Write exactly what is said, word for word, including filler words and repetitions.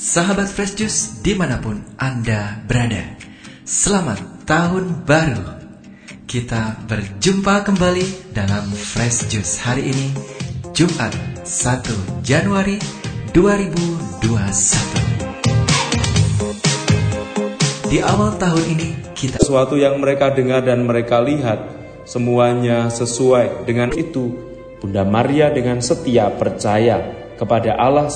Sahabat Fresh Juice dimanapun Anda berada, selamat tahun baru. Kita berjumpa kembali dalam Fresh Juice hari ini, Jumat satu Januari dua ribu dua puluh satu. Di awal tahun ini kita sesuatu yang mereka dengar dan mereka lihat, semuanya sesuai dengan itu. Bunda Maria dengan setia percaya kepada Allah